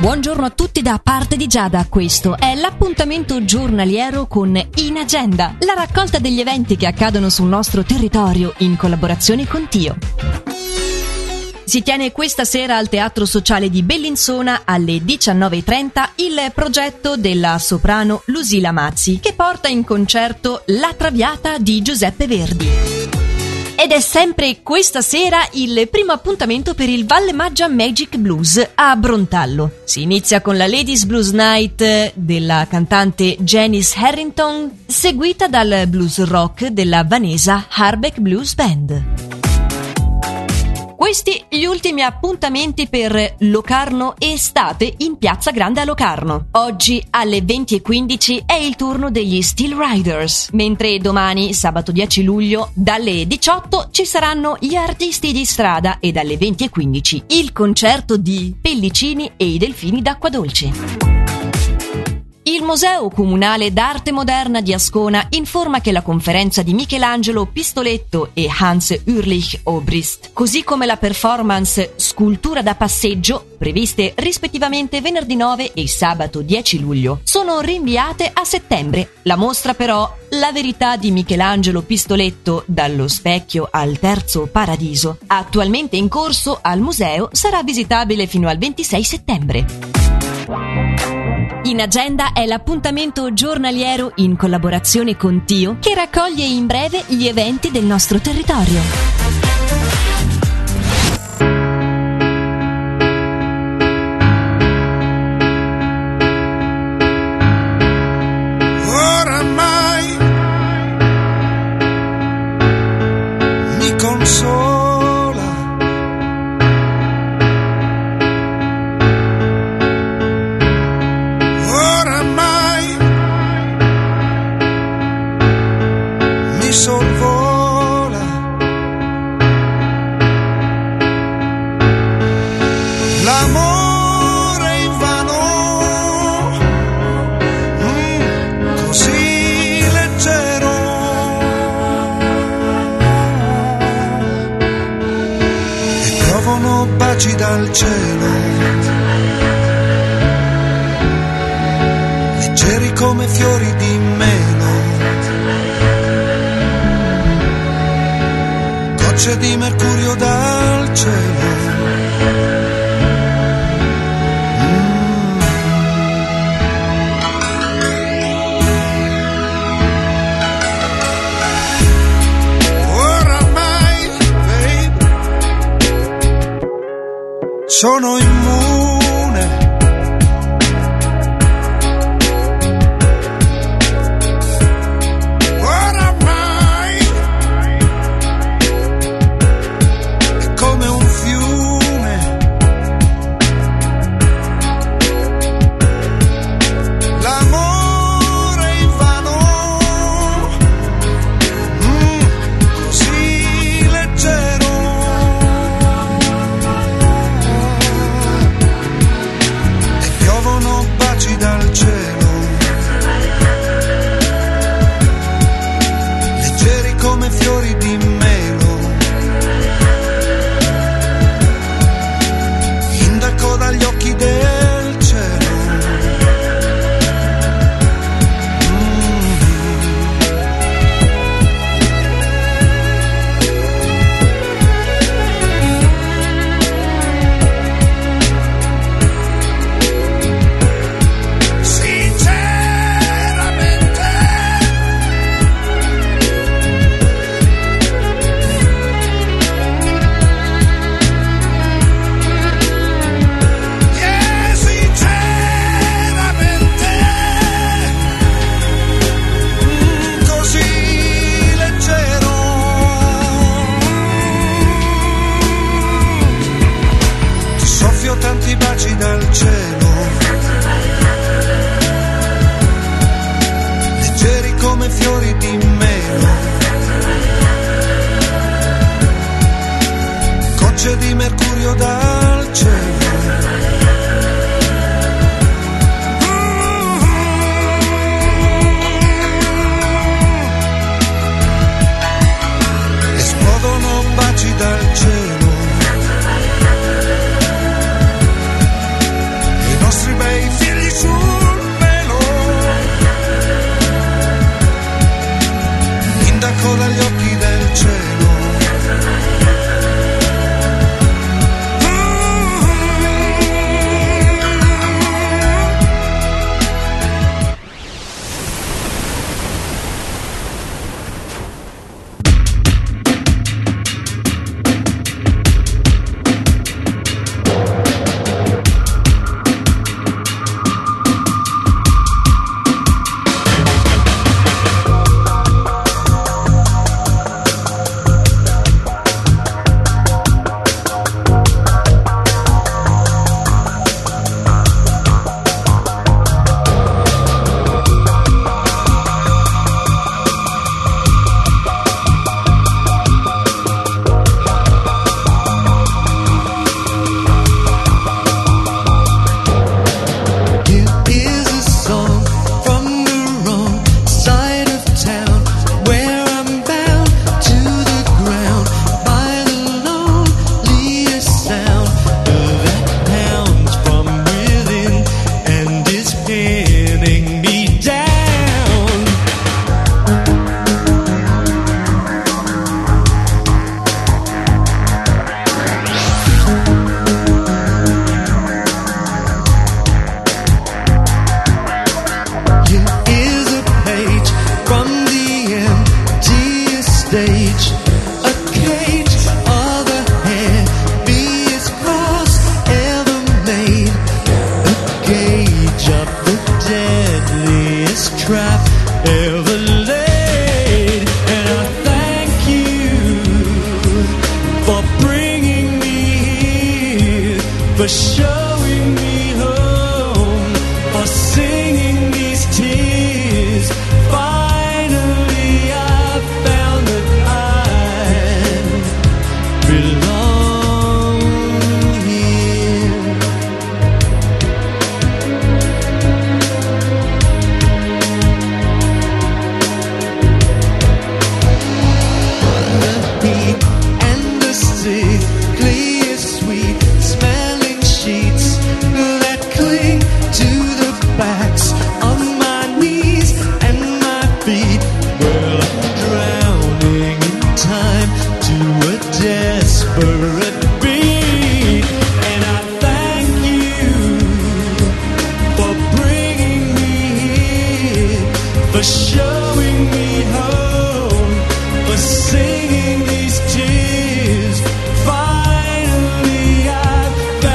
Buongiorno a tutti da parte di Giada, questo è l'appuntamento giornaliero con In Agenda, la raccolta degli eventi che accadono sul nostro territorio in collaborazione con Tio. Si tiene questa sera al Teatro Sociale di Bellinzona alle 19:30 il progetto della soprano Lucila Mazzi, che porta in concerto La Traviata di Giuseppe Verdi. Ed è sempre questa sera il primo appuntamento per il Valle Maggia Magic Blues a Brontallo. Si inizia con la Ladies Blues Night della cantante Janice Harrington, seguita dal blues rock della Vanessa Harbeck Blues Band. Questi gli ultimi appuntamenti per Locarno Estate in Piazza Grande a Locarno. Oggi alle 20:15 è il turno degli Steel Riders, mentre domani, sabato 10 luglio, dalle 18 ci saranno gli artisti di strada e dalle 20:15 il concerto di Pellicini e i Delfini d'Acqua Dolce. Il Museo Comunale d'Arte Moderna di Ascona informa che la conferenza di Michelangelo Pistoletto e Hans Ulrich Obrist, così come la performance Scultura da passeggio, previste rispettivamente venerdì 9 e sabato 10 luglio, sono rinviate a settembre. La mostra però La verità di Michelangelo Pistoletto dallo specchio al terzo paradiso, attualmente in corso al museo, sarà visitabile fino al 26 settembre. In Agenda è l'appuntamento giornaliero in collaborazione con Tio che raccoglie in breve gli eventi del nostro territorio. Oramai mi consola sorvola l'amore invano, così leggero, e piovono baci dal cielo, leggeri come fiori di melo, gocce di mercurio dal cielo. Oramai, babe, sono immune. Fiori di melo, indaco dagli occhi del cielo. Tanti baci dal cielo, leggeri come fiori di melo, gocce di mercurio dal cielo. Esplodono baci dal cielo, for sure.